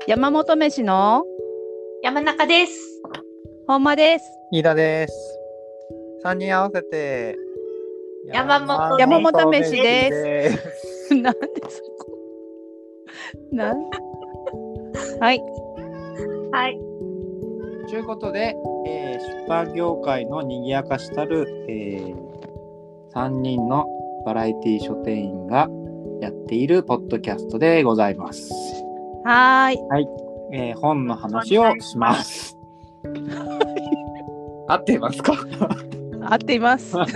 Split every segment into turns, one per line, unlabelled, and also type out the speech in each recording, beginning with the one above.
山本飯の
山中です。
本間です。
飯田です。3人合わせて
山本
山本飯
飯
で。
です
なんでそこはい
はい。
ということで、出版業界の賑やかしたる、3人のバラエティ書店員がやっているポッドキャストでございます。
はい。
はい、本の話をします。合ってますか？
合っています。
はい、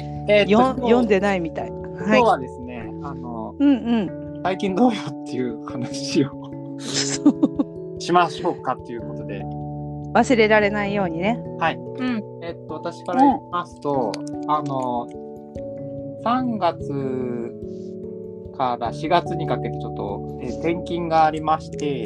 読んでないみたい。
今日はですね、最近どうよっていう話をしましょうかということで、
忘れられないようにね。
はい。私から言いますと、3月から4月にかけてちょっと、転勤がありまして、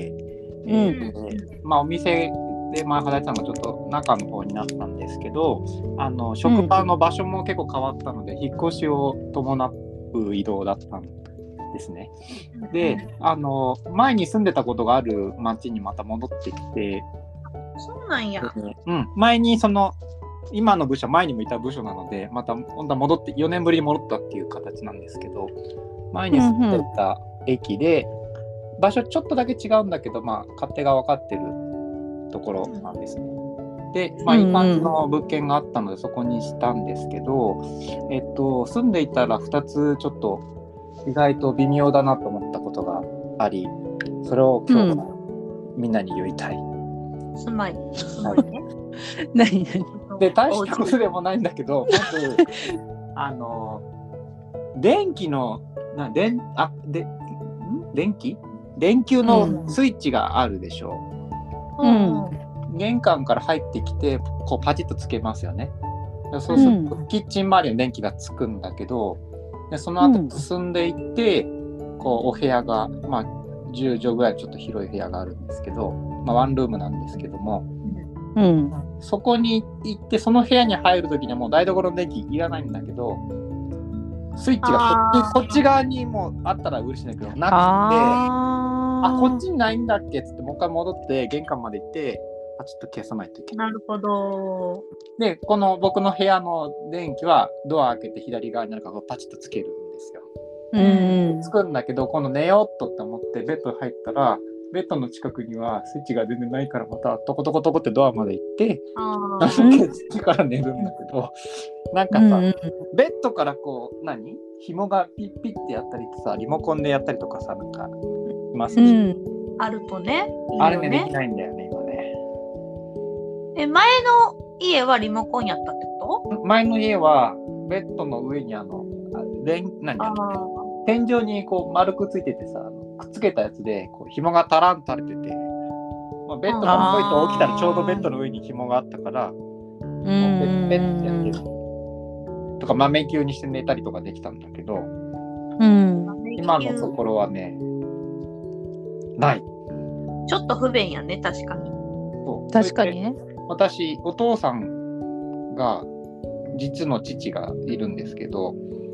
お店で前働いてたのがちょっと中の方になったんですけど、職場の場所も結構変わったので、引っ越しを伴う移動だったんですね。で、前に住んでたことがある町にまた戻ってきて、
そうなんや。
前に今の部署、前にもいた部署なので、また本当は戻って4年ぶりに戻ったっていう形なんですけど、前に住んでた駅で、場所ちょっとだけ違うんだけど、勝手が分かってるところなんですね。で、いい感じの物件があったのでそこにしたんですけど、住んでいたら2つちょっと意外と微妙だなと思ったことがあり、それを今日はみんなに言いたい。
住まいね。
何
で、大したことでもないんだけど、まず電気の電球のスイッチがあるでしょう。玄関から入ってきてこうパチッとつけますよね。そうするとキッチン周りの電気がつくんだけど、でその後進んでいって、こうお部屋が、10畳ぐらいちょっと広い部屋があるんですけど、ワンルームなんですけども、そこに行ってその部屋に入るときにはもう台所の電気いらないんだけど、スイッチがこっち側にもあったら嬉しいんだけどなくて、こっちにないんだっけっつってもう一回戻って玄関まで行ってちょっと消さないといけない。
なるほど。
で、この僕の部屋の電気はドア開けて左側になんかパチッとつけるんですよ。つくんだけど、今度寝ようっとって思ってベッドに入ったら、ベッドの近くにはスイッチが全然ないから、またトコトコトコってドアまで行って消してから寝るんだけど、なんかさ、ベッドからこう紐がピッピッってやったりってさ、リモコンでやったりとかさ、なんかいますね。
あるとね。
あれね、できないんだよね今ね。
前の家はリモコンやったってこと？
前の家はベッドの上に天井にこう丸くついててさ、くっつけたやつでこう紐がタランと垂れてて、ベッドがポイと起きたらちょうどベッドの上に紐があったから、ベッてやってるとか豆球にして寝たりとかできたんだけど、今のところはねない。
ちょっと不便やね、確かに。
確かにね。
私、お父さんが実の父がいるんですけど、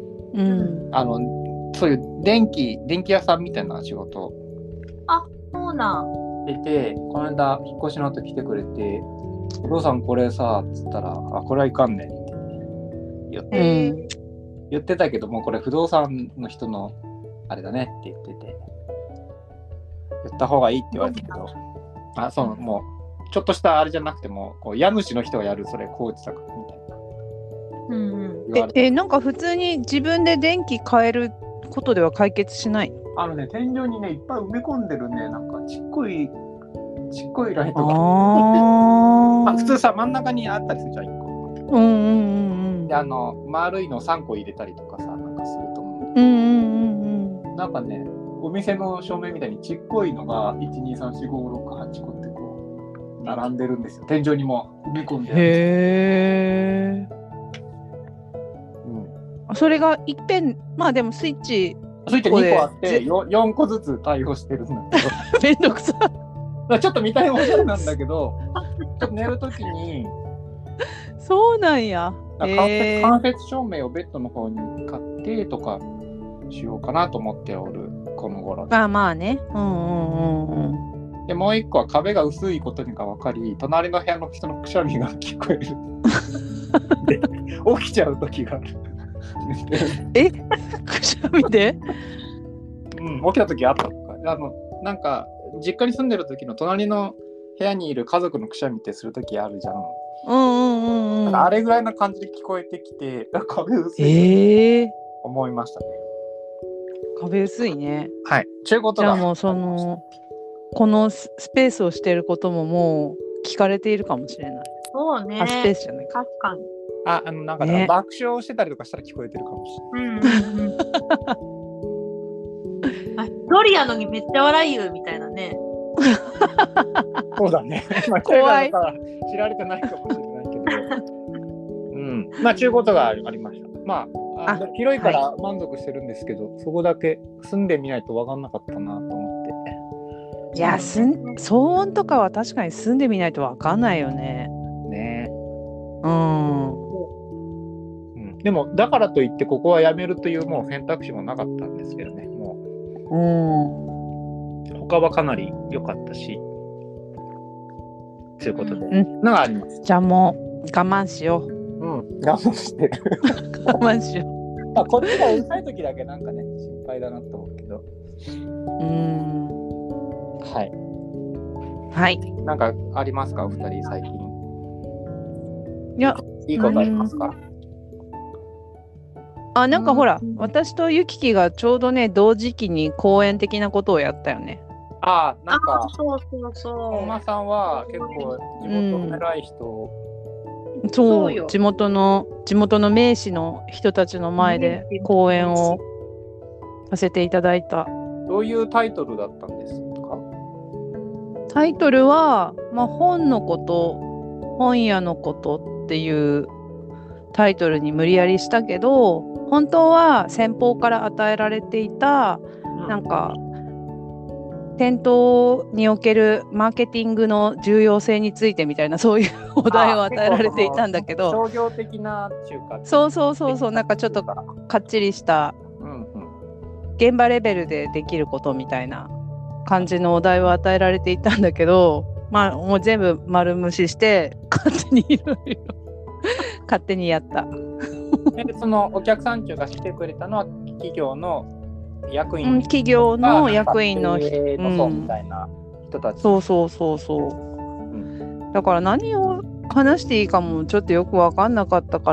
そういう電気屋さんみたいな仕事
そうなん
してて、この間引っ越しの後来てくれて、お父さんこれさっつったら、これはいかんねんって言ってたけども、これ不動産の人のあれだねって言ってて、言った方がいいって言われたけど、もうちょっとしたあれじゃなくても、こう家主の人がやるそれ工事だからみたいな。
なんか普通に自分で電気変えることでは解決しない？
天井にね、いっぱい埋め込んでるね、なんかちっこいライトが。普通さ、真ん中にあったりするじゃん、1個。で、丸いの3個入れたりとかさ、なんかすると思う。なんかね、お店の照明みたいにちっこいのが1、2、3、4、5、6、8個ってこう並んでるんですよ。天井にも埋め込んである。
それがいっぺん、でもスイッチ
2個あって4個ずつ対応してるんだけど
めんどくさ
ちょっと見た目おしゃれなんだけどちょっと寝るときに
そうなんや。
間接照明をベッドの方に買ってとかしようかなと思っておるこの頃
あ、まあね。
でもう一個は壁が薄いことが分かり、隣の部屋の人のくしゃみが聞こえるで起きちゃう時がある
え、くしゃみで？
起きた時あったのか。なんか実家に住んでる時の隣の部屋にいる家族のくしゃみってする時あるじゃん。なんかあれぐらいな感じで聞こえてきて、壁薄いと思いましたね。
壁薄いね。
はい。中古とか。
じゃあもうこのスペースをしていることももう聞かれているかもしれない。
そうね。
スペースじゃないか。
確かに。
なんか、ね、爆笑してたりとかしたら聞こえてるかもしれない。
ドリアのにめっちゃ笑い言うみたいなね。
そうだね。
怖い。
知られてないかもしれないけど。まあ中古とかありました。まあ広いから満足してるんですけど、そこだけ住んでみないと分かんなかったなと思って。
いや、騒音とかは確かに住んでみないと分かんないよね。
ね。でもだからといってここはやめるというもう選択肢もなかったんですけどね。もう他はかなり良かったし、ということで、のがあります。
じゃあもう我慢しよう。
我慢してる。
我慢しよう。
こっちがうるさい時だけなんかね心配だなと思うけど。はい。なんかありますかお二人最近。
いや、
いいことありますか？
なんかほら、私とゆききがちょうどね同時期に講演的なことをやったよね。
なんかそう。
本間さんは結構地元の偉い人、
そう地元の名士の人たちの前で講演をさせていただいた。
どういうタイトルだったんですか？
タイトルは、本のこと、本屋のことっていうタイトルに無理やりしたけど、本当は先方から与えられていた、なんか店頭におけるマーケティングの重要性についてみたいなそういうお題を与えられていたんだけど、
商業的な中華。
そうなんかちょっとかっちりした現場レベルでできることみたいな感じのお題を与えられていたんだけど、もう全部丸無視して勝手にいろいろ勝手にやった。
そのお客さん中が来てくれたのは企業の役員、
企業の役員の人
みたいな人たち。
そう。だから何を話していいかもちょっとよく分かんなかったから、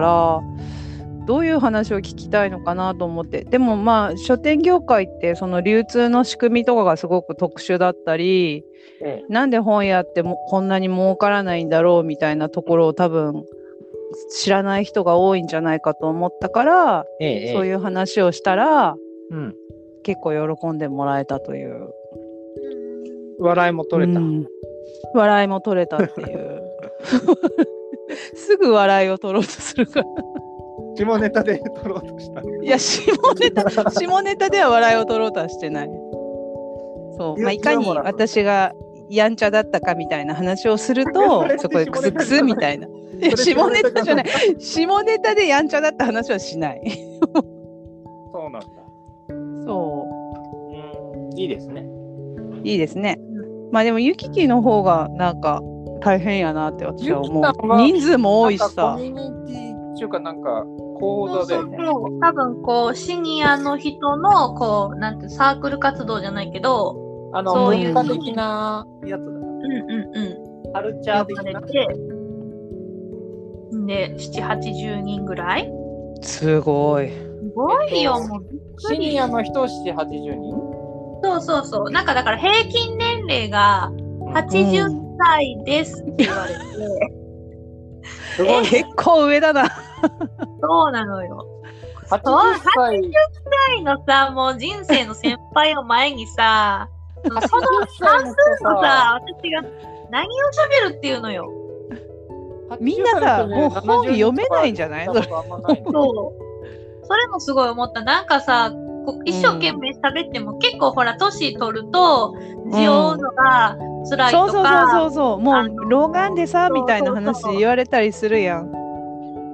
どういう話を聞きたいのかなと思って。でも書店業界ってその流通の仕組みとかがすごく特殊だったり、なんで本屋ってこんなに儲からないんだろうみたいなところを多分知らない人が多いんじゃないかと思ったから、そういう話をしたら、結構喜んでもらえたという。
笑いも取れた。
笑いも取れたっていうすぐ笑いを取ろうとするから
下ネタで取ろうとした。
いや下ネタでは笑いを取ろうとはしてない。そう、いかに私がやんちゃだったかみたいな話をするとそこでクスクスみたいな。下ネタじゃない。下ネタでやんちゃだった話はしない
そうなんだ。
そう。
いいですね。
いいですね。でもゆききの方がなんか大変やなって私は思う。人数も多いしさ。
コミュニティっていうかなんか行動だよね。
多分シニアの人のなんてサークル活動じゃないけど、
そういう文化的なやつだ。カルチャー的な。
で、7、80人ぐらい。
すごい。
すごいよ、もう。
シニアの人7、80人？
そう。なんかだから平均年齢が80歳ですって言われて。
すごい。
結構上だな。
そうなのよ。
80
歳のさ、もう人生の先輩を前にさ、その半数のさ、私が何を喋るっていうのよ。
みんなさ、もう本読めないんじゃない？そう。そ
れもすごい思った。なんかさ、一生懸命喋っても結構ほら年取ると字を追うのが辛いとか、
そうもう老眼でさみたいな話言われたりするやん。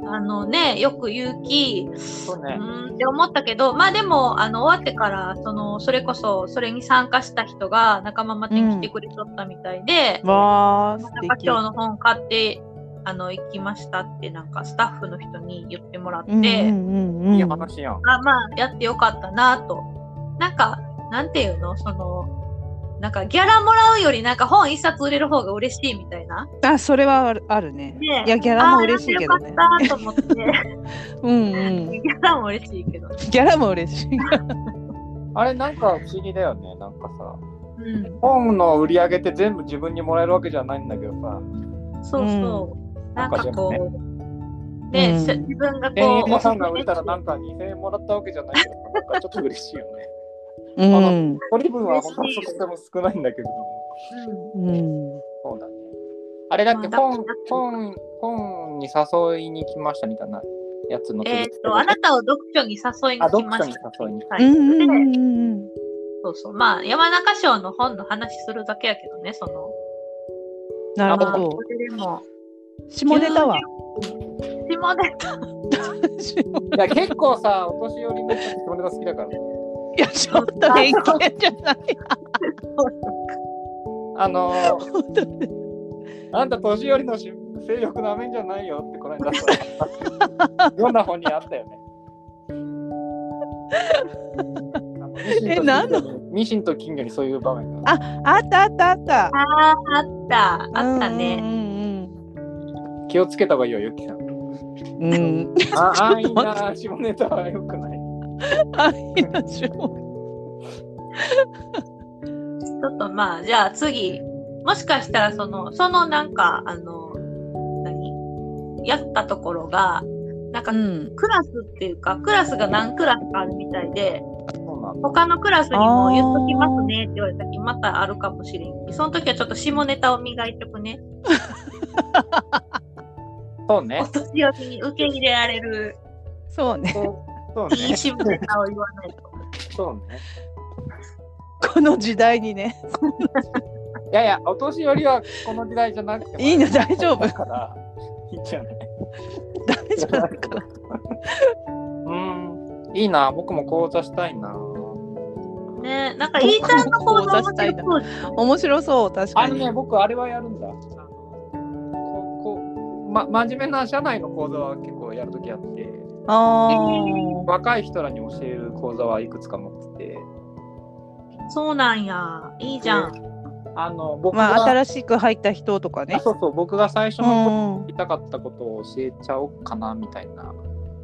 よく言うき、
そうね。
って思ったけど、まあでも、終わってから、それこそ、それに参加した人が仲間までに来てくれとったみたいで、
わー、素
なんか
敵。
今日の本買って、行きましたって、なんかスタッフの人に言ってもらって、
うんうんうんうん
いい話やん。
まあ、やってよかったなと。なんか、なんていうのなんかギャラもらうよりなんか本一冊売れる方が嬉しいみたいな。
あ、それはあるね。
ね
いや、ギャラも嬉しいけどね。
あー、やってよかったと思って。
うんうん。
ギャラも嬉しいけど。
ギャラも嬉しい。
あれなんか不思議だよね。なんかさ、
うん。
本の売り上げって全部自分にもらえるわけじゃないんだけどさ、
そうそう。なんかこ
なん
う、ね、
うん
自分が
1000
こう、
円の本が売れたらなんか2000円もらったわけじゃないけど、なんかちょっと嬉しいよね。
うん。
取り分は本当はとても少ないんだけども。
うん。
うん。
そうだね。あれだっけ、
まあ
本に誘いに来ましたみたいなやつの続き
あなたを読書に誘いに来ました。
読書に誘いに
はい。
うんうん
で、
うんうん。
そうそう。まあ、山中賞の本の話するだけやけどね、
なるほど。
そ。れでも、
下ネタは。
下ネタ。
いや結構さ、お年寄りの人ってそれが好きだからね。
いや、ちょっと偏見じゃない。
あんた年寄りの性欲なめんじゃないよってこの間さ、どんな本にあったよね。
何の
ミシンと金魚にそういう場面が。
あったあったあった。
あったね。
気をつけた方がいいよ、ゆきさん。
うん。
いいな、下ネタはよくない。
いいな、下。
ちょっとまあ、じゃあ次、もしかしたらなんか、やったところが、なんか、クラスっていうか、クラスが何クラスかあるみたいで、他のクラスにも言っときますねって言われた時、またあるかもしれん。その時はちょっと下ネタを磨いておくね。
そうね。
お年寄りに受け入れられる。
そうね。
そうね。
いい下ネタを言わないと。
そうね。
この時代にね。
いやいや、お年寄りはこの時代じゃなくても
いいの、大丈夫。
だからいいんじゃない。
大丈夫だから。
いいな、僕も講座したいな。
ね、なんかいいちゃんの講座したいな。
面白そう、確かに。
僕あれはやるんだ。真面目な社内の講座は結構やるときあって、若い人らに教える講座はいくつか持ってて。
そうなんや、いいじゃん。
僕が
新しく入った人とかね。
そう、僕が最初の言いたかったことを教えちゃおうかなみたいな。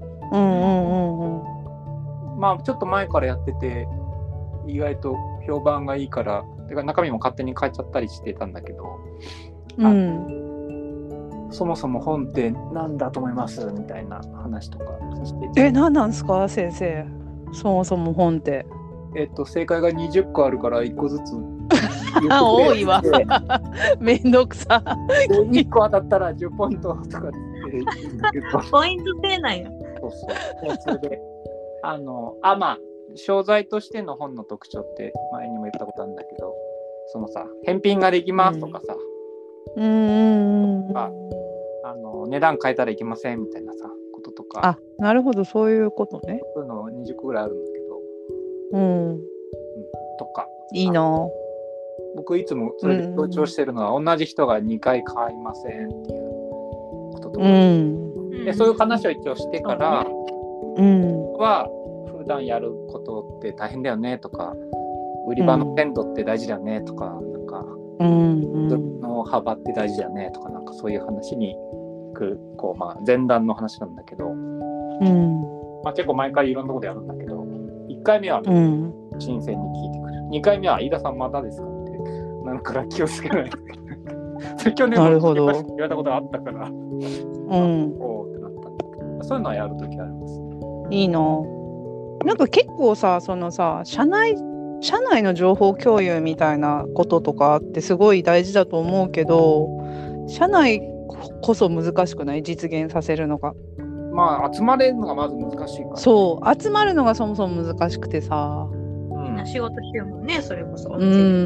まあちょっと前からやってて、意外と評判がいいから、てか中身も勝手に変えちゃったりしてたんだけど、そもそも本って何だと思いますみたいな話とかしてて。
何なんですか先生、そもそも本って。
正解が20個あるから1個ずつ
多いわ。めんどくさ。
1個当たったら10ポイントとかって言うんだけど。
ポイント制なんや。
そう。それで、まあ、商材としての本の特徴って前にも言ったことあるんだけど、そのさ、返品ができますとかさ、値段変えたらいけませんみたいなさ、こととか。
なるほど、そういうことね。
そういうの20個ぐらいあるんだけど。とか。
いいな。
僕いつもそれで強調してるのは、同じ人が2回買いませんっていうこととか。でそういう話を一応してから、は普段やることって大変だよねとか、売り場の鮮度って大事だよねとか、なんか、の幅って大事だよねとか、なんかそういう話に前段の話なんだけど、結構毎回いろんなことやるんだけど、1回目は新鮮に聞いてくる。2回目は飯田さんまだですかってなるから気をつけないといけない。去年も言われたことがあったから、おーってなったんだけど、そういうのはやるときありますね。
いいな。なんか結構さ、社内の情報共有みたいなこととかってすごい大事だと思うけど、社内こそ難しくない？実現させるのが。
まあ集まれるのがまず難しいから、ね。
そう、集まるのがそもそも難しくてさ。
みんな仕事してるもんね、それこそ。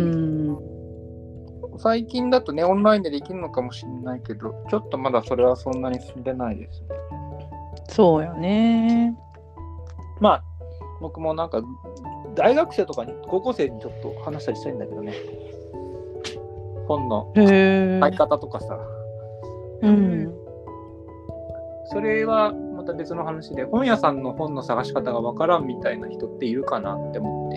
最近だとね、オンラインでできるのかもしれないけど、ちょっとまだそれはそんなに進んでないですね。
そうよね。
まあ僕もなんか大学生とかに高校生にちょっと話したりしたいんだけどね。本の買い方とかさ。
うん。
それはまた別の話で、本屋さんの本の探し方がわからんみたいな人っているかなって思って。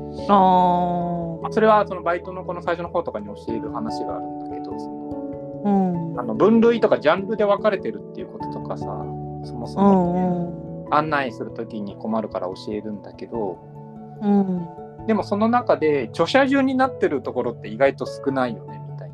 それはそのバイトのこの最初の方とかに教える話があるんだけど、分類とかジャンルで分かれてるっていうこととかさ、そもそも、案内するときに困るから教えるんだけど、でもその中で著者順になってるところって意外と少ないよねみたい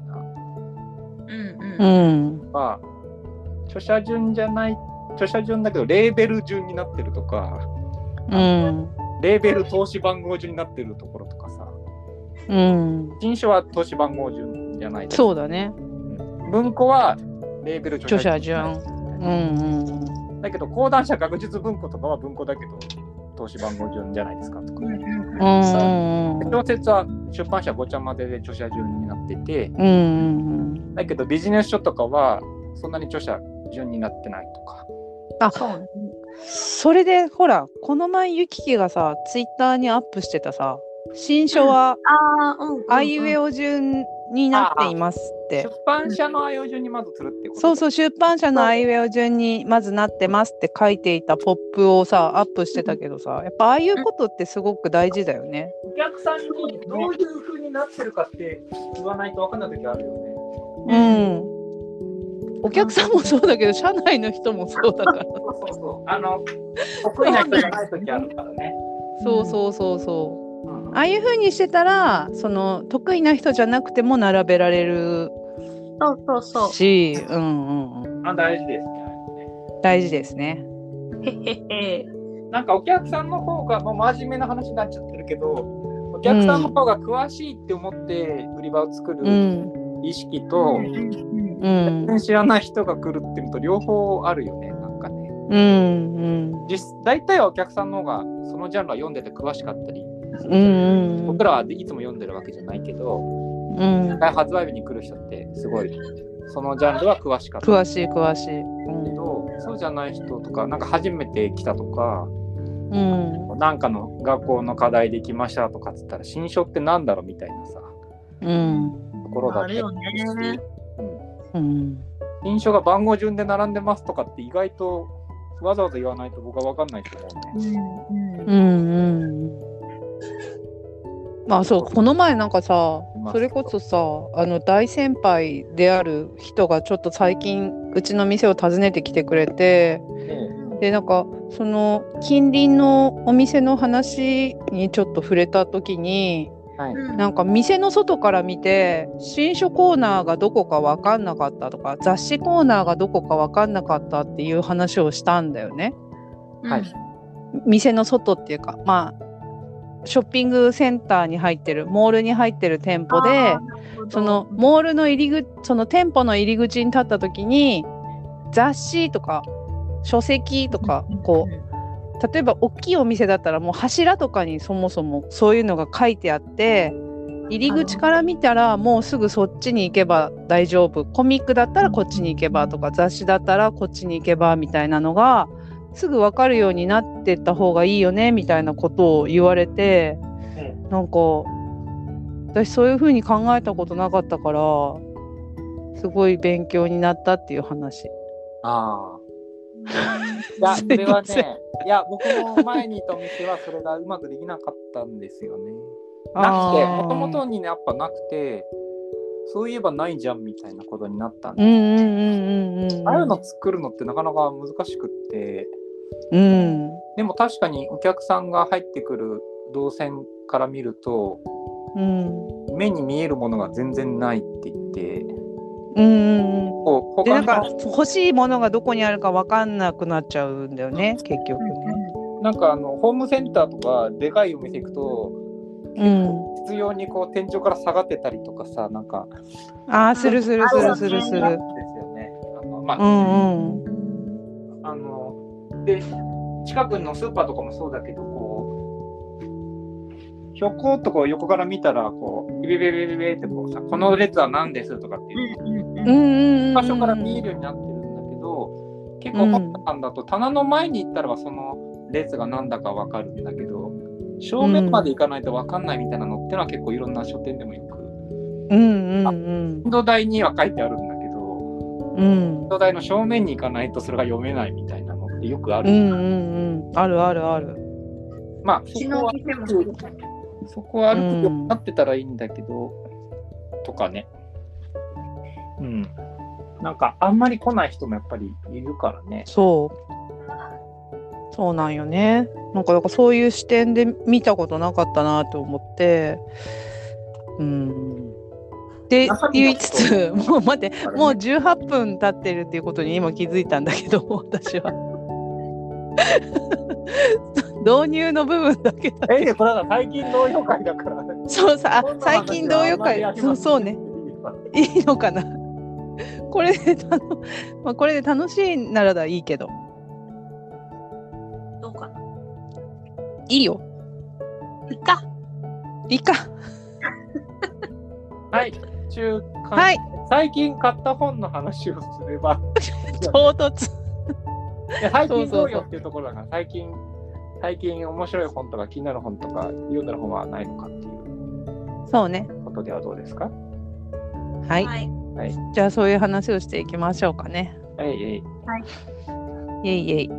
な。著者順じゃない、著者順だけどレーベル順になってるとか、レーベル投資番号順になってるところとかさ、新書は投資番号順じゃないですか。
そうだね。
文庫はレーベル
著者順。
だけど講談社学術文庫とかは文庫だけど投資番号順じゃないですかとか。小説は出版社ごちゃ混ぜで著者順になってて、だけどビジネス書とかはそんなに著者順になってないとか。
それでほらこの前ゆききがさツイッターにアップしてたさ、新書はあいうえお順になっていますって。
出版社のあいうえお順にまずするってこと。
そう、出版社のあいうえお順にまずなってますって書いていたポップをさアップしてたけどさ、やっぱああいうことってすごく大事だよね。
お客さんにどういう風になってるかって言わないと分かんない時あるよね。
お客さんもそうだけど社内の人もそうだから。
得意な人じゃない時あるからね。
そう。ああいう風にしてたらその得意な人じゃなくても並べられるし、
大事ですね。
大事ですね。
なんかお客さんの方がもう真面目な話になっちゃってるけど、お客さんの方が詳しいって思って売り場を作る意識と、全然知らない人が来るっていうのと両方あるよね。なんかね。大体はお客さんの方がそのジャンルは読んでて詳しかったり、僕らはいつも読んでるわけじゃないけど、発売日に来る人ってすごいそのジャンルは詳しかったり。
詳しい。
けど、そうじゃない人とか、なんか初めて来たとか、なんかの学校の課題で来ましたとかっつったら新書ってなんだろうみたいなさ、ところだったりして、新書が番号順で並んでますとかって意外とわざわざ言わないと僕は分かんないと思うね。
そう、この前なんかさ、それこそさ大先輩である人がちょっと最近うちの店を訪ねてきてくれて、でなんかその近隣のお店の話にちょっと触れた時に、なんか店の外から見て新書コーナーがどこか分かんなかったとか雑誌コーナーがどこか分かんなかったっていう話をしたんだよね。店の外っていうかショッピングセンターに入ってるモールに入ってる店舗で、そのモールの入り口、その店舗の入り口に立った時に雑誌とか書籍とかこう例えば大きいお店だったらもう柱とかにそもそもそういうのが書いてあって、入り口から見たらもうすぐそっちに行けば大丈夫、コミックだったらこっちに行けばとか雑誌だったらこっちに行けばみたいなのがすぐ分かるようになってった方がいいよねみたいなことを言われて、なんか私そういう風に考えたことなかったからすごい勉強になったっていう話。
いやそれはね、いや僕も前にいたお店はそれがうまくできなかったんですよね。なくて、もともとにねやっぱなくて、そういえばないじゃんみたいなことになったんです。ああいうの作るのってなかなか難しくって、でも確かにお客さんが入ってくる動線から見ると、目に見えるものが全然ないって言って、
でなんか欲しいものがどこにあるか分かんなくなっちゃうんだよね結局ね。
なんかホームセンターとかでかいお店行くと、必要にこう天井から下がってたりとかさ、なんか
するですよね。
で近くのスーパーとかもそうだけど、こうひょこっとこう横から見たらこうビビビビビってこうさ、この列は何ですとかっていう場所から見えるようになってるんだけど、 結構本屋さんだと棚の前に行ったらその列がなんだかわかるんだけど、正面まで行かないとわかんないみたいなのってのは結構いろんな書店でもよく、インド台には書いてあるんだけど、インド台の正面に行かないとそれが読めないみたいなのってよくある。
あるあるある。
まあそこは歩くようになってたらいいんだけど、とかね。なんかあんまり来ない人もやっぱりいるからね。
そうなんよね。なんかそういう視点で見たことなかったなと思って、で言いつつ、もう待って、もう18分経ってるっていうことに今気づいたんだけど、私は導入の部分だけだけ。
これは最近同様会だから。
そうさ、最近同様会、そうね。いいのかな。これでこれで楽しいならいいけど。
どうかな。
いいよ。
いいか。
はい。はい。最近買った本の話をすれば。
唐突。
最近どうよっていうところだから、最近面白い本とか気になる本とか読んだ本はないのかっていう。
そうね。
ことではどうですか？
はい。じゃあそういう話をしていきましょうかね。
イ
エイ。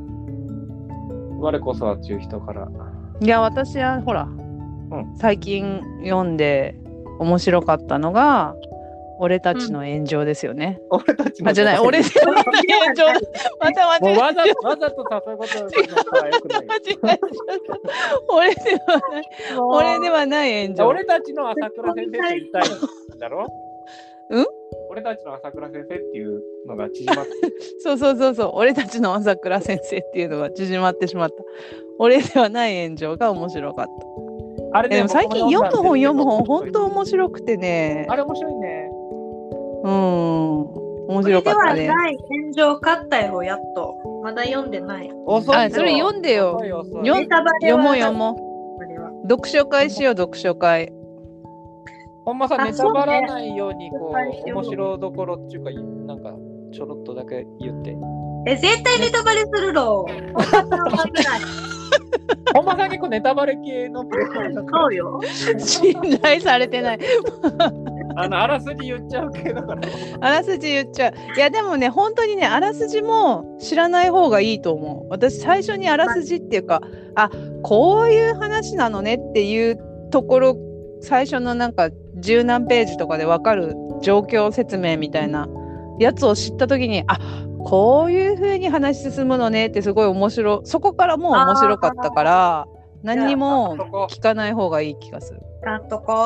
我こそはっていう人から。
いや、私はほら、最近読んで面白かったのが俺たちの炎上ですよね。
俺たちの
じゃない、俺たちの炎上。また間違えた。
わざと誘うことをするのはよくない。
俺ではない炎上。
俺たちの朝倉先生って言いたいんだろ？俺たちの朝倉先生っていうのが縮まって
そう俺たちの朝倉先生っていうのが縮まってしまった。俺ではない炎上が面白かった。でも最近読む本本当面白くてね。
あれ面白いね。
面白かったね。
俺ではない炎上買ったよ、やっと。まだ読んでない。
それ読んでよ。読もう。読書会しよう、読書会。
ほんまさ、ネタバラないように面白どころっていうか、なんかちょろっとだけ言って。
絶対ネタバレするろ。
ほんまさん結構ネタバレ系のプレイだから。
そうよ。
信頼されてない。
あらすじ言っちゃう系だから。
あらすじ言っちゃう。いやでもね、本当にね、あらすじも知らない方がいいと思う。私最初にあらすじっていうか、こういう話なのねっていうところ、最初のなんか十何ページとかで分かる状況説明みたいなやつを知った時に、こういう風に話進むのねってすごい面白い。そこからもう面白かったから何にも聞かない方がいい気がする。
なんとこ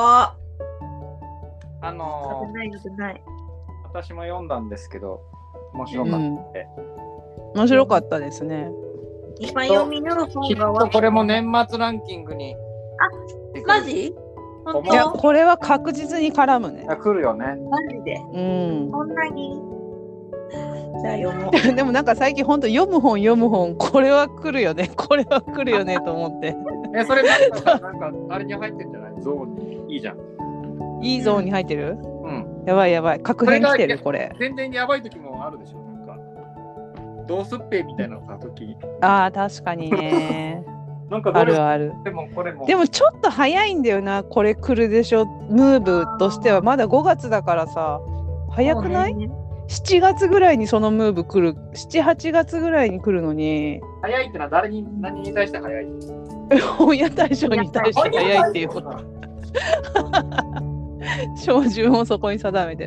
私も読んだんですけど面白かったって、
面白かったですね。
今読みの本
きっとこれも年末ランキングに
マジ？
いや、これは確実に絡むね。
来るよね。
マジで。こんなに。じゃあ読もう。
でもなんか最近本当読む本これは来るよねと思って。
それなんかあれに入ってんじゃない？ゾーンにいいじゃん。
いいゾーンに入ってる？やばい確変来てるこれ。
全然やばい時もあるでしょ。なんか同すっぺいみたいな時。
確かにね。
なんか
ある。でもちょっと早いんだよな、これ来るでしょ。ムーブとしてはまだ5月だからさ、早くない？7月ぐらいにそのムーブ来る。7、8月ぐらいに来るのに。
早いってのは何に対して早い？
本屋大賞に対して早いっていうこと。照準をそこに定めて。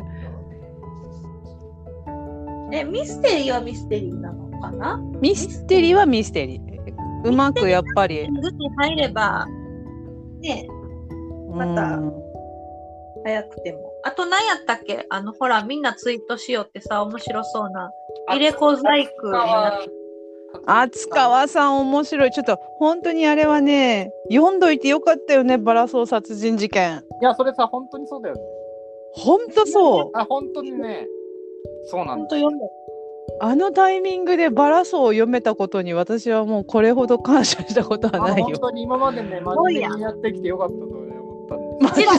ミステリーはミステリーなのかな？
ミステリーはミステリー。うまくやっぱり。
グに入れば、ね、また早くても。あと何やったっけ？ほら、みんなツイートしようってさ、面白そうな。入れ子細工。
厚川さん面白い。ちょっと本当にあれはね、読んどいてよかったよね、バラソー殺人事件。
いや、それさ、本当にそうだよね。
本当そう。
本当にね、そうなんだ。
本当読んだ。
あのタイミングでバラソーを読めたことに私はもうこれほど感謝したことはないよ。
本当に今までね、真面目にやってきてよかったと思ったんです。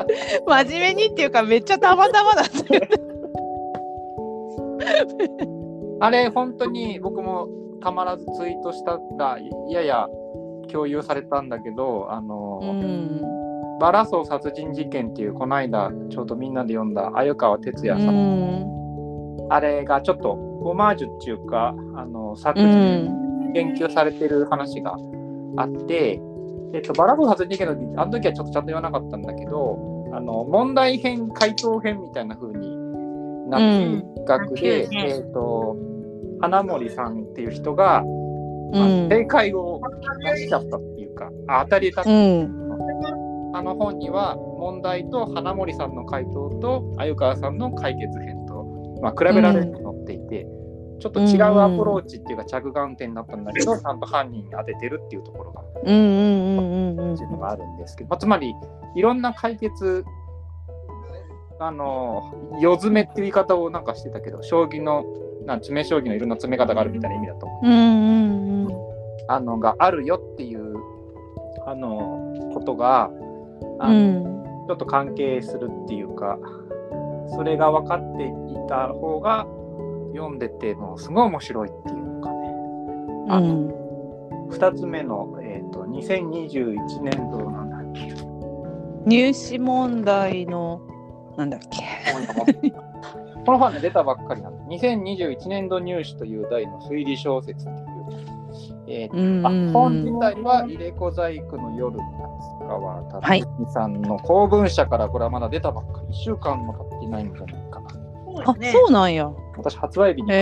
真面目にっていうかめっちゃたまたまだったよね。
あれ本当に僕もたまらずツイートしたらやや共有されたんだけど、バラ荘殺人事件っていうこの間ちょうどみんなで読んだ鮎川哲也さん、あれがちょっとオマージュっていうか殺人研究されてる話があって、バラ荘殺人事件の時あの時はちょっとちゃんと言わなかったんだけど、問題編回答編みたいな風になって学で、花森さんっていう人が、正解を出しちゃったっていうか当たりだった、本には問題と花森さんの回答と鮎川さんの解決編と、比べられると載っていて、ちょっと違うアプローチっていうか着眼点だったんだけど、ちゃんと犯人に当ててるっていうところがっていうのがあるんですけど、つまりいろんな解決夜詰めっていう言い方をなんかしてたけど、将棋の詰将棋のいろんな詰め方があるみたいな意味だと思う、があるよっていうことがちょっと関係するっていうか、それが分かっていた方が読んでてもすごい面白いっていうのかね。2つ目の、2021年度なんだっけ、
入試問題のなんだっけ
この本ね出たばっかりなんで、2021年度入試という題の推理小説っていう、本自体は入れ子細工の夜、川達美さんの公文社から、これはまだ出たばっかり、1週間も経っていないんじゃないかな。
そうなんや。
私発売日に。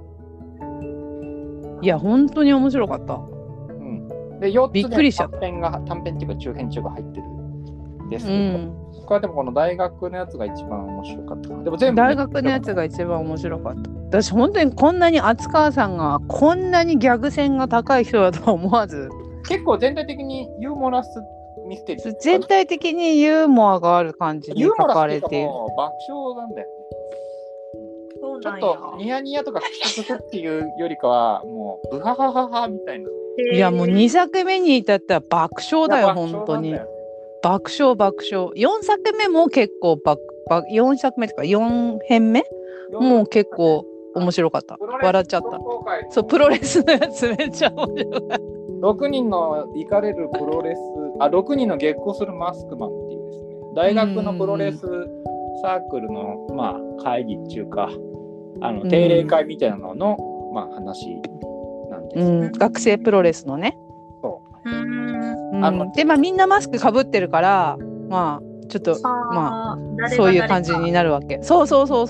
いや本当に面白かった。
で4つ
びっくりしちゃ
った。短編っていうか中編中が入ってるんですけど、僕はでもこの大学のやつが一番面白かったかな。でも全部、
大学のやつが一番面白かった。私本当にこんなに厚川さんがこんなにギャグ線が高い人だとは思わず、
結構全体的にユーモラスミステリー、
全体的にユーモアがある感じに書かれている。
爆笑なんだよね。ちょっとニヤニヤとかクスクスっていうよりかはもうブハハハハみたいな。
いやもう2作目に至ったら爆笑だよ本当に。爆笑。4作目も結構4作目とか4編目もう結構面白かった。笑っちゃった。そう、プロレスのやつめっちゃ面白かった。
6人のイカれるプロレス、6人の月光するマスクマンっていうですね、大学のプロレスサークルの会議っていうか、定例会みたいなのの話なんです、
学生プロレスのね。
そう。
でみんなマスクかぶってるからちょっとそういう感じになるわけ。そう。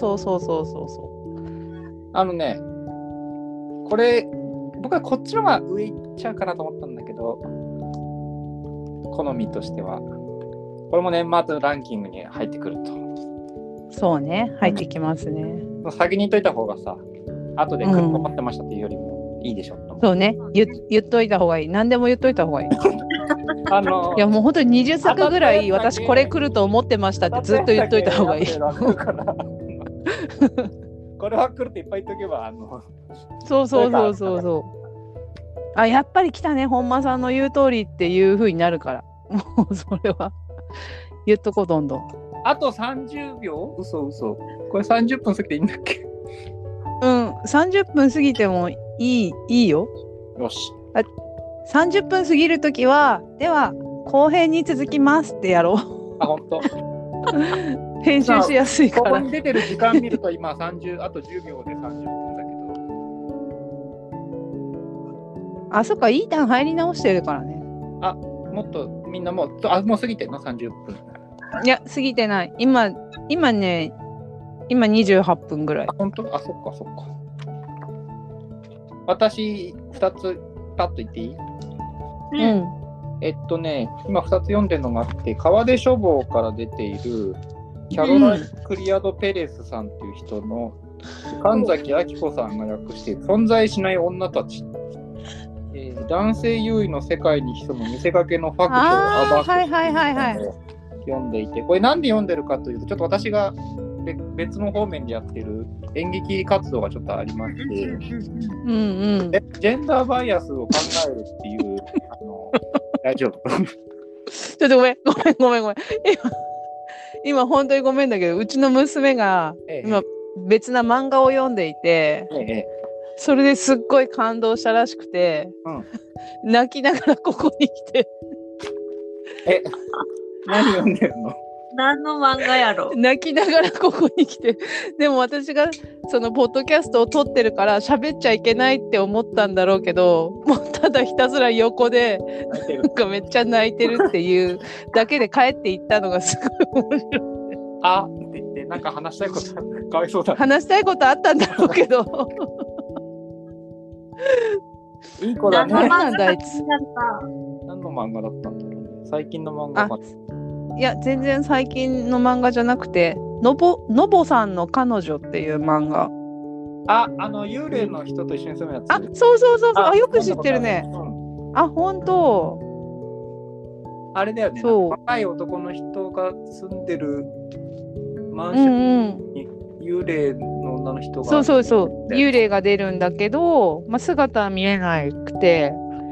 これ僕はこっちの方が上行っちゃうかなと思ったんだけど、好みとしてはこれも年末のランキングに入ってくると。
そうね、入ってきますね。
先に言っといた方がさ、後で来ると思ってましたっていうよりもいいでしょ。
そうね、言っといた方がいい。何でも言っといた方がいい。いやもう本当に20作ぐらい私これ来ると思ってましたってずっと言っといた方がいい。
これは来るっていっぱい言っとけば
そう。やっぱり来たね本間さんの言う通りっていう風になるから、もうそれは言っとこうどんどん。
あと30秒？嘘。これ30分過ぎていいんだっけ
？30分過ぎてもいいよ。
よし。
30分過ぎるときは、では後編に続きますってやろう。
本当。
編集しやすいから。
ここに出てる時間見ると今あと10秒で30分だけ
ど。そっか、いいターン入り直してるからね。
もっとみんなもう過ぎてんの30分。
いや、過ぎてない。今ね、今28分ぐらい。
本当？そっか。私2つパッと言っていい？今2つ読んでるのがあって、川出書房から出ているキャロライン・クリアド・ペレスさんっていう人の神崎明子さんが訳している存在しない女たち、男性優位の世界に潜む見せかけのファクトを暴く読んでいて、これなんで読んでるかというと、ちょっと私が別の方面でやってる演劇活動がちょっとありまして、ジェンダーバイアスを考えるっていう大丈夫？
ちょっとごめん。今本当にごめんだけど、うちの娘が今別な漫画を読んでいて、 それですっごい感動したらしくて、泣きながらここに来て。
何読んでるの？
何の漫画やろ？
泣きながらここに来て、でも私がそのポッドキャストを撮ってるから喋っちゃいけないって思ったんだろうけど、もうただひたすら横でなんかめっちゃ泣いてるっていうだけで帰っていったのがすごい面白い。
あって言ってなんか話したいことかわいそうだ。
話したいことあったんだろうけど。
いい子だね。
何なんだあいつ。
何の漫画だったんだろうね。最近の漫画か。
いや全然最近の漫画じゃなくて、のぼさんの彼女っていう漫画。
幽霊の人と一緒に住むやつ。
そう。よく知ってるね。本当。
あれだよね。若い男の人が住んでるマンションに幽霊の女の人が、
そう幽霊が出るんだけど、姿は見えなくて。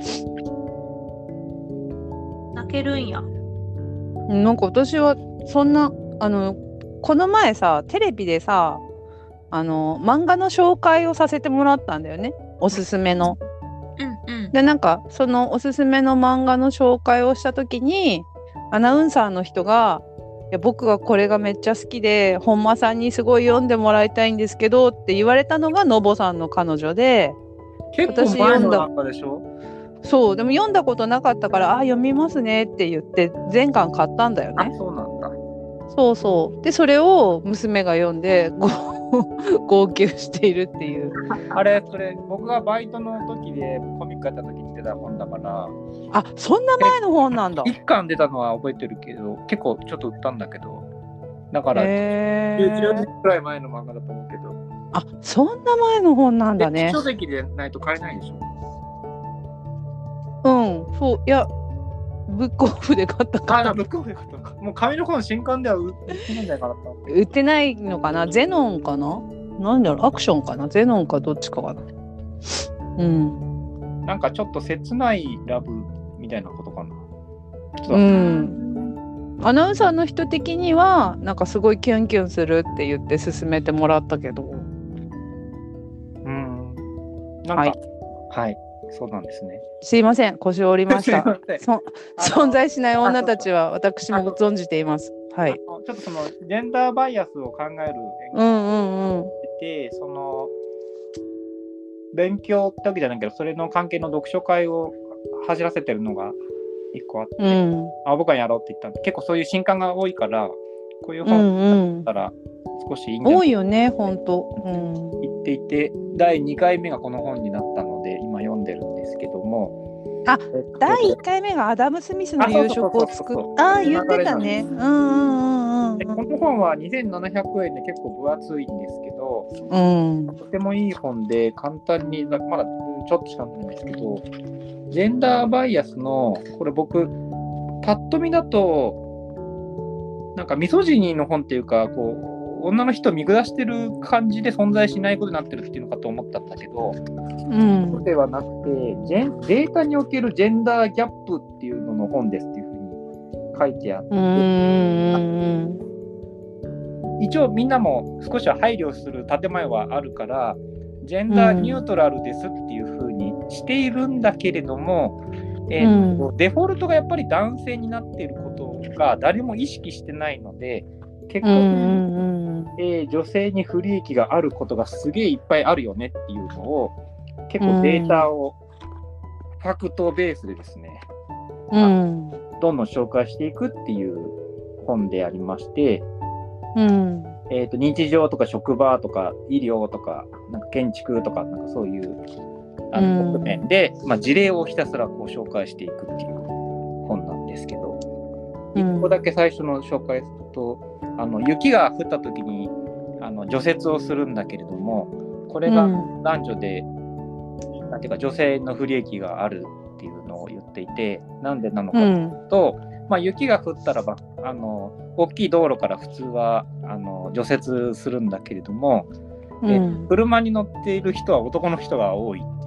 泣けるんや。
なんか私はそんなこの前さテレビでさ漫画の紹介をさせてもらったんだよね、おすすめの。でなんかそのおすすめの漫画の紹介をした時にアナウンサーの人が「いや僕はこれがめっちゃ好きで本間さんにすごい読んでもらいたいんですけど」って言われたのがのぼさんの彼女で、
結構前の漫画でしょ？
そうでも読んだことなかったから読みますねって言って全巻買ったんだよね。
そうなんだ。
そうでそれを娘が読んで号泣しているっていう。
それ僕がバイトの時でコミックやった時に出た本だから。
そんな前の本なんだ。
1巻出たのは覚えてるけど結構ちょっと売ったんだけど、だから10年くらい前の漫画だと思うけど。
そんな前の本なんだね。
書籍でないと買えないでしょ？
そういやブックオフで買ったから。
ブックオフで買ったのか。もう紙の本新刊では売ってないんじゃないかな。
売ってないのかな。ゼノンかな、なんだろう、アクションかな、ゼノンかどっちかかな。
なんかちょっと切ないラブみたいなことかな。
アナウンサーの人的にはなんかすごいキュンキュンするって言って勧めてもらったけど。はい。
そうなんですね。
すいません、腰を折りました。存在しない女たちは私も存じています。はい。
ちょっとそのジェンダーバイアスを考えるで、その勉強ってわけじゃないけど、それの関係の読書会を走らせてるのが一個あって、僕はやろうって言ったんで、結構そういう新刊が多いから、こういう本だったら少しいいんじゃないかな。多
いよね、本当。
言っていて、第2回目がこの本になったので今読んでるんですけども。
第1回目がアダム・スミスの夕食を作った。言ってたね。こ
の本は2700円で結構分厚いんですけど、とてもいい本で簡単に、まだちょっとしかないんですけど、ジェンダーバイアスの、これ僕パッと見だとなんかミソジニーの本っていうか、こう女の人を見下してる感じで存在しないことになってるっていうのかと思ったんだけど、そうではなくてデータにおけるジェンダーギャップっていうのの本ですっていうふうに書いてあって、一応みんなも少しは配慮する建前はあるからジェンダーニュートラルですっていうふうにしているんだけれども、デフォルトがやっぱり男性になっていることが誰も意識してないので、結構、女性に不利益があることがすげえいっぱいあるよねっていうのを結構データをファクトベースでですね、どんどん紹介していくっていう本でありまして、日常とか職場とか医療とか、なんか建築とか、なんかそういう側面で、事例をひたすらこう紹介していくっていう本なんですけど、一個だけ最初の紹介すると、雪が降った時に除雪をするんだけれども、これが男女で、なんていうか女性の不利益があるっていうのを言っていて、なんでなのかというと、雪が降ったらば大きい道路から普通は除雪するんだけれども、車に乗っている人は男の人が多いっていう。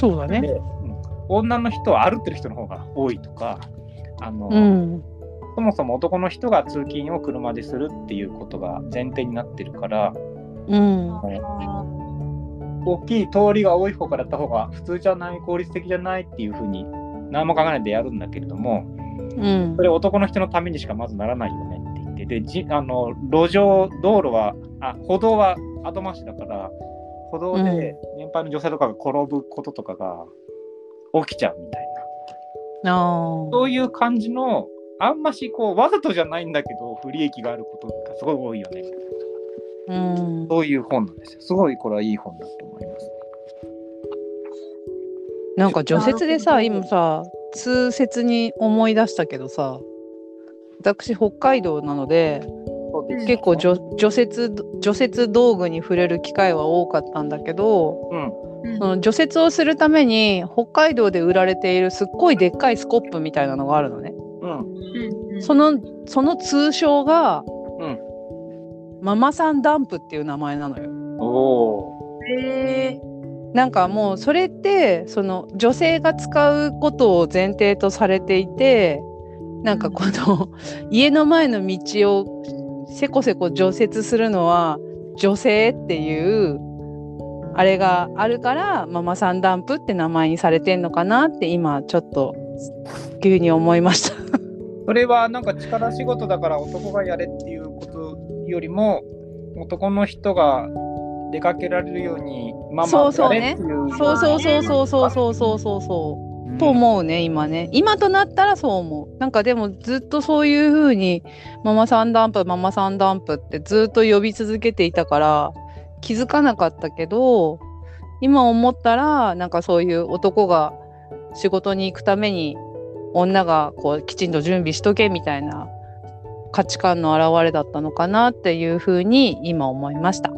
そうだね。
で、女の人は歩ってる人の方が多いとか、そもそも男の人が通勤を車でするっていうことが前提になってるから、 大きい通りが多い方からやった方が普通じゃない、効率的じゃないっていうふうに何も考えないでやるんだけれども、それ男の人のためにしかまずならないよねって言って、で路上道路は歩道は後回しだから、歩道で年配の女性とかが転ぶこととかが起きちゃうみたいな、そういう感じの、あんましこうわざとじゃないんだけど不利益があることがすごい多いよね。そういう本なんですよ。すごいこれはいい本だと思います。
なんか除雪でさ、今さ通説に思い出したけどさ、私北海道なので結構除雪道具に触れる機会は多かったんだけど、その除雪をするために北海道で売られているすっごいでっかいスコップみたいなのがあるのね。その通称が、ママさんダンプっていう名前なのよ。なんかもうそれってその女性が使うことを前提とされていて、なんかこの家の前の道をせこせこ除雪するのは女性っていうあれがあるからママさんダンプって名前にされてんのかなって今ちょっと急に思いました。
それはなんか力仕事だから男がやれっていうことよりも、男の人が出かけられるようにママやれっていう、
そうと思うね今となったらそう思う。なんかでもずっとそういう風にママさんダンプってずっと呼び続けていたから気づかなかったけど、今思ったらなんかそういう男が仕事に行くために女がこうきちんと準備しとけみたいな価値観の表れだったのかなっていう風に今思いました。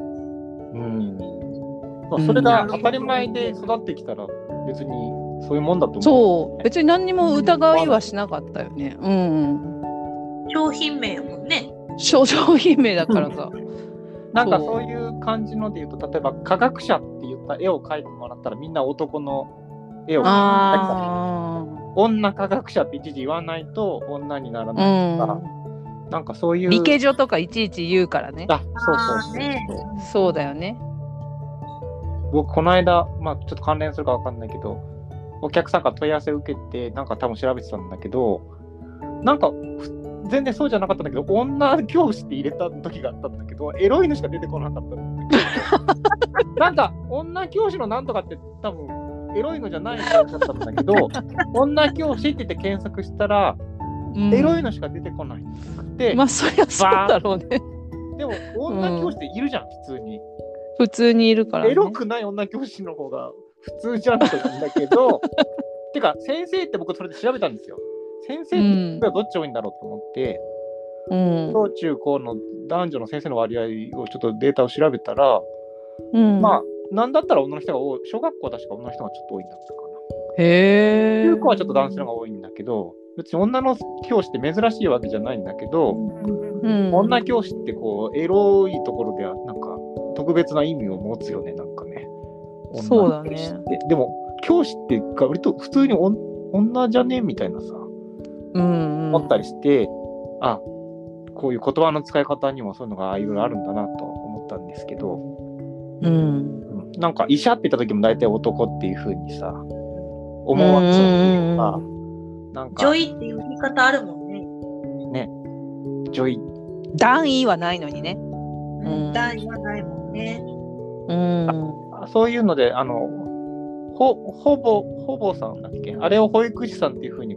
それが当たり前で育ってきたら別にそういうもんだと思う。
そう別に何にも疑いはしなかったよね。
商品名やもんね。
商品名だからさ。
なんかそういう感じので言うと、例えば科学者って言った絵を描いてもらったらみんな男の絵を描いたり、女科学者って一時言わないと女にならないとか、なんかそういう
理系女とかいちいち言うからね。そうだよね。
僕この間、ちょっと関連するか分かんないけど、お客さんから問い合わせを受けてなんか多分調べてたんだけど、なんか全然そうじゃなかったんだけど、女教師って入れた時があったんだけど、エロいのしか出てこなかったんだけどなんか女教師のなんとかって多分エロいのじゃないのだったんだけど女教師って言って検索したら、エロいのしか出てこないで、
そりゃそうだろうね。
でも女教師っているじゃん、
普通にいるからね。
エロくない女教師の方が普通じゃんって言うんだけどてか先生って僕それで調べたんですよ。先生ってどっち多いんだろうと思って、小中高の男女の先生の割合をちょっとデータを調べたら、なんだったら女の人が多い。小学校は確か女の人がちょっと多いんだったかな。中高はちょっと男性の方が多いんだけど、別に女の教師って珍しいわけじゃないんだけど、女教師ってこうエロいところではなんか特別な意味を持つよね、なんかね。
そうだね。
でも教師って割と普通に女じゃねみたいなさ、思ったりして、こういう言葉の使い方にもそういうのがいろいろあるんだなと思ったんですけど、なんか医者って言った時も大体男っていう風にさ思われそうっていうか、なんか
女医っていう言い方あるもんね。
女医。
男医はないのにね。
男医はないもんね。
そういうのでほぼさんだっけ、あれを保育士さんっていう風に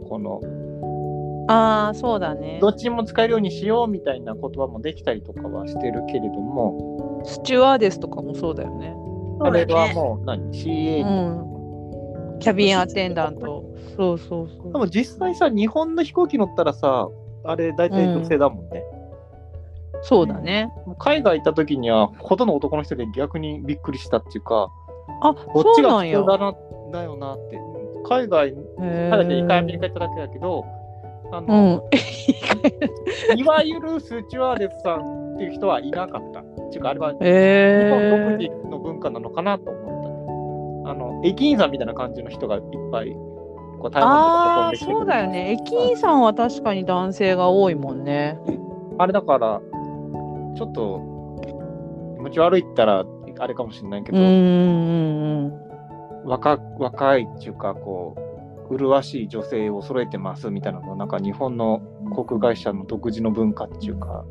そうだね。
どっちも使えるようにしようみたいな言葉もできたりとかはしてるけれども、
スチュワーデスとかもそうだよね。
あれはもうCA、
キャビンアテンダント。そう。
でも実際さ、日本の飛行機乗ったらさ、あれ大体女性だもんね。
そうだね。
海外行った時にはほとんど男の人で逆にびっくりしたっていうか、
こっちが普通
だよなって。海外で1回アメリカ行っただけだけど、いわゆるスチュワーデスさんっていう人はいなかった。っていうかあれは日本独自の文化なのかなと思った。駅員さんみたいな感じの人がいっぱいこう台湾とか飛んできてくる。
そうだよね。駅員さんは確かに男性が多いもんね。
あれだからちょっと気持ち悪いったらあれかもしれないけど、若いっていうかこう麗しい女性を揃えてますみたいなのがなんか日本の航空会社の独自の文化っていうか、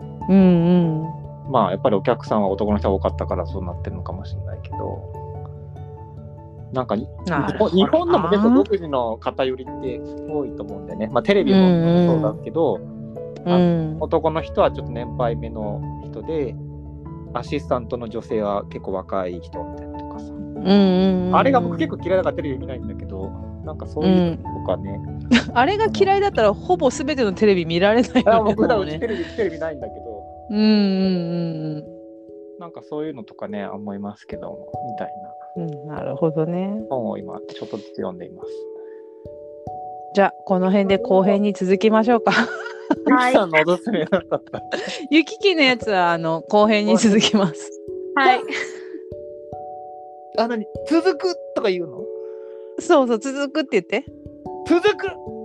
まあやっぱりお客さんは男の人が多かったからそうなってるのかもしれないけど、なんか日本のも結構独自の偏りって多いと思うんでね、まあテレビもそうだけど、男の人はちょっと年配目の人でアシスタントの女性は結構若い人みたいなとかさ、あれが僕結構嫌いだからテレビ見ないんだけど、なんかそういうのとかね、
あれが嫌いだったらほぼ全てのテレビ見られないよね。
僕らうちテレビないんだけど、なんかそういうのとかね思いますけどみたい
な。なるほどね。
本を今ちょっとずつ読んでいます。
じゃあこの辺で後編に続きましょうか。
ゆきさんのおすすめなかった。
ゆききのやつは後編に続きます。
はい。
何続くとか言うの？
そう続くって言って。
続く。